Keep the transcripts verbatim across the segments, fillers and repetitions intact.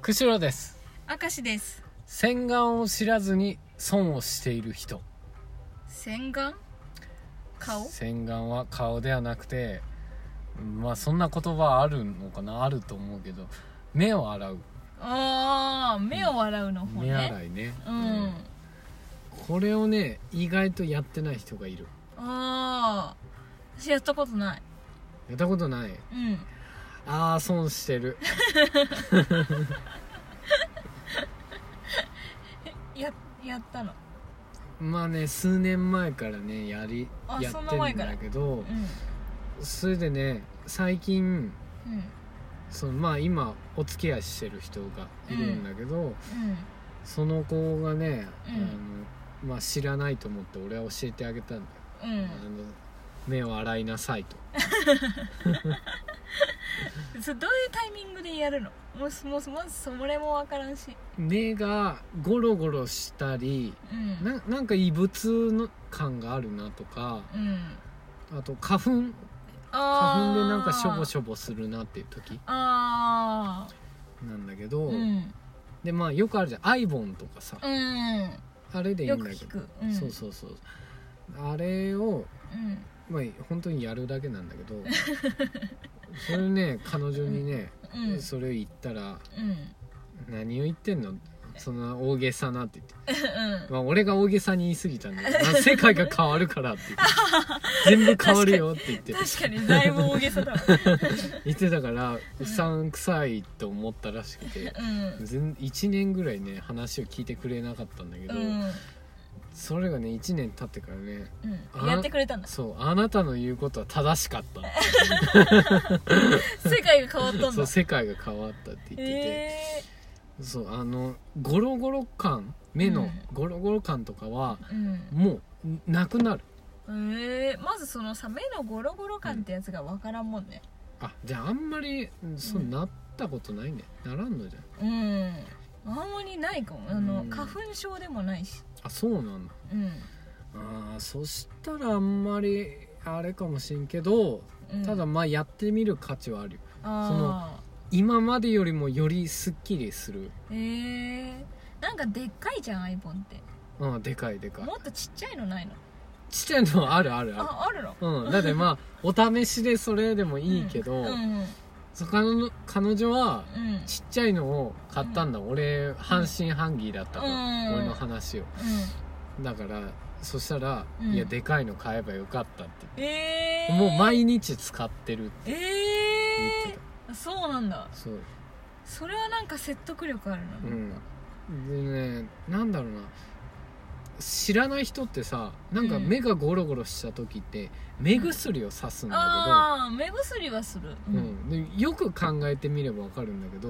釧路です。 明石です。 洗顔を知らずに損をしている人。 洗顔？顔？ 洗顔は顔ではなくて、まあそんな言葉あるのかな、あると思うけど、目を洗う。 ああ、目を洗うの方ね。 目洗いね。 うん。 これをね、意外とやってない人がいる。 ああ、私やったことない。 やったことない。 うん。 ああ、損してる。 ややったの。 まあね、数年前からねやりやってるんだけど、 うん、 それでね最近、うん、そのまあ今お付き合いしてる人がいるんだけど、うんうん、その子がね、うん、あのまあ知らないと思って俺は教えてあげたんだよ、うん、あの目を洗いなさいと。 それどういうタイミングでやるの？もうもうまずそれも分からんし。 目がゴロゴロしたり、うん、な, なんか異物の感があるなとか、うん、あと花粉花粉でなんかしょぼしょぼするなっていう時あなんだけど、うん、でまあよくあるじゃんアイボンとかさ、うん、あれでいいんだけど、うん、そうそうそうあれを、うんまあ、本当にやるだけなんだけどそれね彼女にね、うん、それを言ったら、うん、何を言ってんのそんな大げさなって言って、うんまあ、俺が大げさに言い過ぎたんだけど、まあ、世界が変わるからって言って全部変わるよって言って確かにだいぶ大げさだわ言ってたからうさんくさいと思ったらしくて、うん、全いちねんぐらいね話を聞いてくれなかったんだけど、うんそれがねいちねん経ってからね、 うん、やってくれたんだ。 そうあなたの言うことは正しかった世界が変わったんだ。 そう世界が変わったって言ってて、えー、そうあのゴロゴロ感目のゴロゴロ感とかは、うん、もうなくなる。 えー、まずそのさ目のゴロゴロ感ってやつが分からんもんね、 うん、あじゃああんまりそうなったことないね、うん、ならんのじゃん。 うんあんまりないかもあの、うん、花粉症でもないし。 あそうなんだ、うん、あそしたらあんまりあれかもしんけど、うん、ただまあやってみる価値はあるよ。あその今までよりもよりスッキリする。 へえー、なんかでっかいじゃんアイボンって。 うんでかいでかい。 もっとちっちゃいのないの？ ちっちゃいのあるあるある。 ああるのうんだってまあお試しでそれでもいいけど、うんうんうんそ彼女、彼女はちっちゃいのを買ったんだ、うん、俺半信半疑だったから、うん、俺の話を、うん、だからそしたら、うん、いやでかいの買えばよかったって言って、えー、もう毎日使ってるって言ってた、 えー、そうなんだ。 そうそれはなんか説得力あるな、 うん、でねなんだろうな知らない人ってさなんか目がゴロゴロした時って目薬をさすんだけど、うん、 あ目薬はする、 うんうん、でよく考えてみれば分かるんだけど、うん、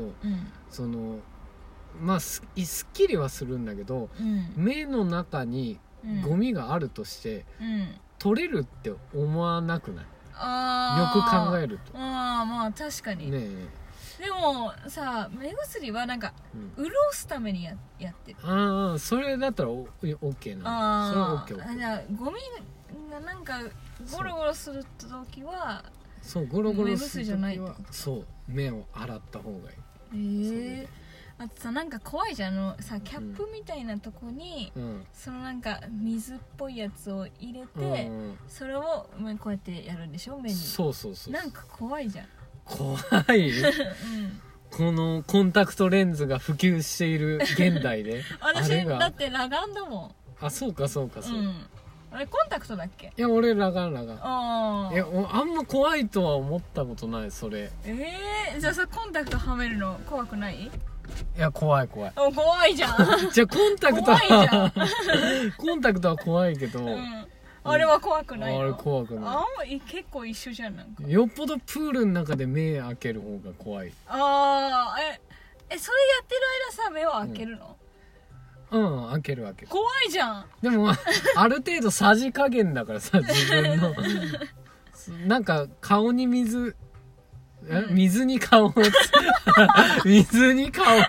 そのまあすすっきりはするんだけど、うん、目の中にゴミがあるとして、うん、取れるって思わなくない？あよく考えると。 ああまあ確かにねえでもさ目薬はなんか潤すために や, やってる、 うん、ああそれだったら OK な。それは OK, OK じゃあゴミがなんかゴロゴロする時はそうゴロゴロする時はそう目を洗った方がいい。 ええー、あとさなんか怖いじゃんあのさキャップみたいなとこに、うん、そのなんか水っぽいやつを入れて、うん、それをこうやってやるんでしょ目に。 そうそうそうなんか怖いじゃん。 怖い、うん、このコンタクトレンズが普及している現代で私あれがだって裸眼だもん。 あそうかそうかそう、うん、 あれコンタクトだっけ？ いや俺裸眼裸眼あいやあんま怖いとは思ったことないそれ。 えー、じゃあさコンタクトはめるの怖くない？いや怖い怖いお怖いじゃんじゃあコンタクトはコンタクトは怖いけど、 うんあれは怖くないの？ あれ怖くない。 あ結構一緒じゃんなんか。 よっぽどプールの中で目開ける方が怖い。 ああええそれやってる間さ目を開けるの？ うん、うん、開ける開ける。 怖いじゃん。 でもある程度さじ加減だからさ自分のなんか顔に水え、うん、水に顔を水に顔を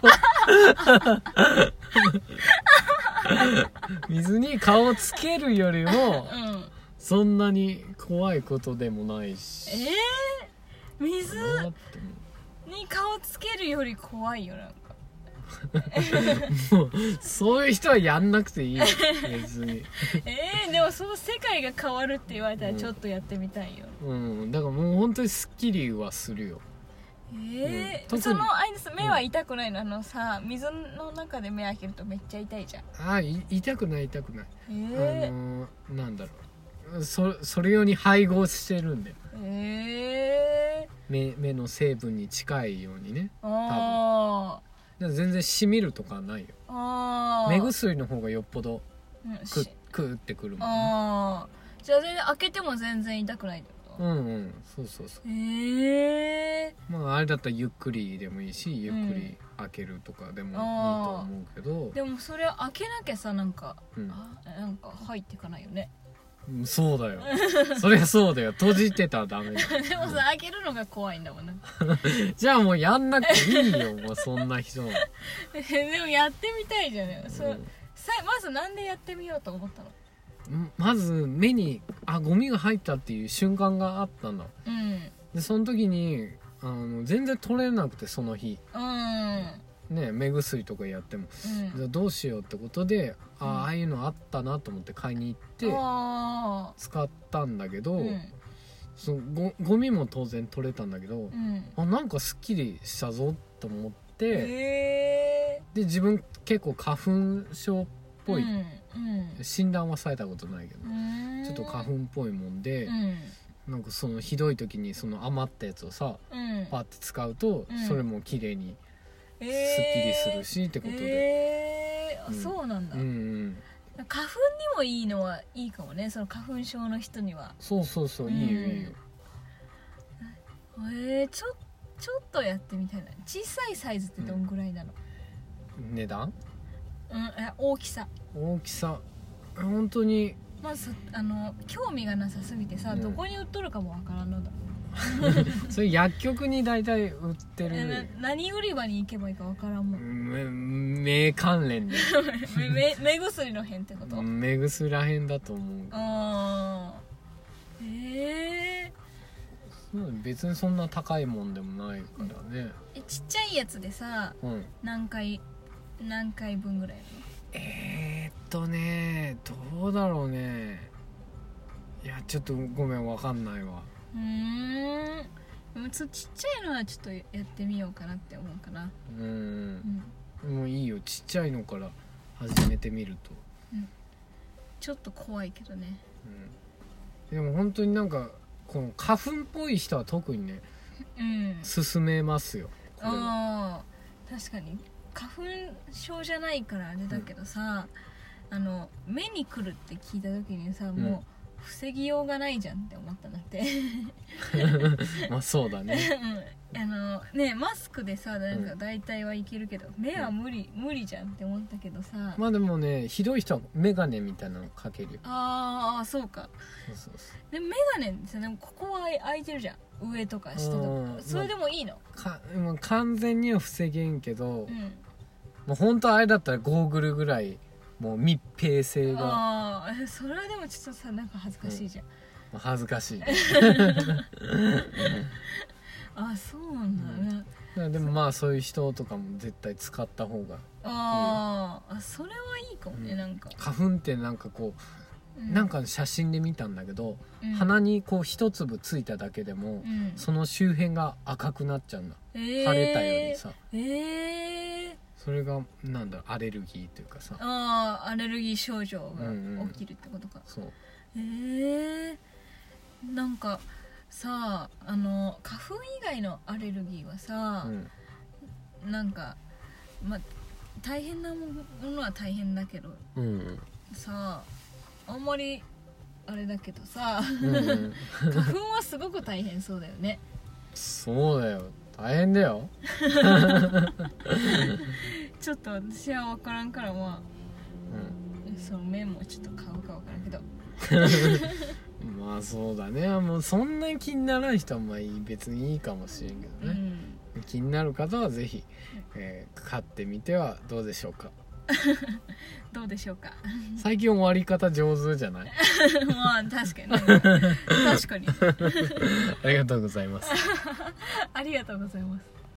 水に顔をつけるよりも、うん、そんなに怖いことでもないし。 えー、水に顔つけるより怖いよなんか。 もうそういう人はやんなくていいよ別にえー、でもその世界が変わるって言われたらちょっとやってみたいよ。 うん、うん、だからもう本当にスッキリはするよ。 えーうん、そのあれ目は痛くないの？あのさ、水の中で目開けるとめっちゃ痛いじゃん。 あ、い痛くない痛くない、 えー、 あのー、なんだろう、そ, それ用に配合してるんだよ。 えー、 目, 目の成分に近いようにね。 あ多分全然しみるとかないよ。 あ目薬の方がよっぽどクッ、 うん、 クーってくるもんね。 あじゃあ全然開けても全然痛くないってこと？ うんうんそうそうそう。 へえー、 まああれだったらゆっくりでもいいし、ゆっくり開けるとかでもいいと思うけど、うん、 でもそれ開けなきゃさなんか、うん、あなんか入っていかないよね。 そうだよそりゃそうだよ、閉じてたらダメだでもさ開けるのが怖いんだもんねじゃあもうやんなくていいよもうそんな人はでもやってみたいじゃん、うん、そさまずなんでやってみようと思ったの？ まず目にあゴミが入ったっていう瞬間があったんだ、うん、でその時にあの全然取れなくてその日、うんね、目薬とかやっても、うん、じゃあどうしようってことで、うん、あ, ああいうのあったなと思って買いに行って使ったんだけど、うん、その ご, ゴミも当然取れたんだけど、うん、あなんかすっきりしたぞと思って、えー、で自分結構花粉症っぽい、うんうん、診断はされたことないけど、ちょっと花粉っぽいもんで、うん、なんかそのひどい時にその余ったやつをさ、うん、パッて使うと、うん、それも綺麗にすっきりするし、えー、ってことで、 えーうん、そうなんだ、うんうん、花粉にもいいのはいいかもね、その花粉症の人には。 そうそうそう、うん、いいよいいよ。 えー、ちょちょっとやってみたいな。小さいサイズってどんぐらいなの？ うん、値段？ うん、大きさ大きさ本当にまずあの興味がなさすぎてさ、うん、どこに売っとるかもわからんのだそれ薬局に大体売ってる何売り場に行けばいいかわからんもん。目関連で目, 目薬の辺ってこと？ 目薬ら辺だと思う。 あーへえー、別にそんな高いもんでもないからね。 えちっちゃいやつでさ、うん、何回何回分ぐらい？ えー、っとねどうだろうね。いやちょっとごめんわかんないわ。 うーんでもちっちゃいのはちょっとやってみようかなって思うかな。 うーん、うん、もういいよちっちゃいのから始めてみると、うん、 ちょっと怖いけどね、 うん、でも本当になんかこの花粉っぽい人は特にね、うん、勧めますよこれは。 あ確かに花粉症じゃないからあれだけどさ、うん、あの目に来るって聞いた時にさ、うん、もう防ぎようがないじゃんって思ったんだってまあそうだね、 うん、あのねマスクでさなんか大体はいけるけど、うん、目は無理無理じゃんって思ったけどさ。 まあでもねひどい人はメガネみたいなのかけるよ。 ああそうか。そうそうそう。でメガネってさでもここは開いてるじゃん、上とか下とか。それでもいいの？かもう完全には防げんけど、うん、もう本当あれだったらゴーグルぐらいもう密閉性が。 ああそれはでもちょっとさなんか恥ずかしいじゃん、 うん、恥ずかしいあそうなんだね、 うん、でもまあそういう人とかも絶対使った方がいい。 ああそれはいいかもね、うん、なんか花粉ってなんかこう、うん、なんか写真で見たんだけど、うん、鼻にこう一粒ついただけでも、うん、その周辺が赤くなっちゃうんだ、えー、腫れたようにさ。えーそれがなんだろうアレルギーというかさ。 ああアレルギー症状が起きるってことか、うんうん、そうえー、なんかさあの花粉以外のアレルギーはさ、うん、なんかまあ大変なものは大変だけど、うんうん、さあんまりあれだけどさ、うんうん、花粉はすごく大変そうだよね。 そうだよ大変だよちょっと私は分からんからまあ、うん、その面もちょっと買うか分からんけどまあそうだね。もうそんなに気にならない人はまあ別にいいかもしれんけどね、うん、気になる方はぜひ、えー、買ってみてはどうでしょうかどうでしょうか最近終わり方上手じゃないまあ確かに、ね、確かにありがとうございますありがとうございます。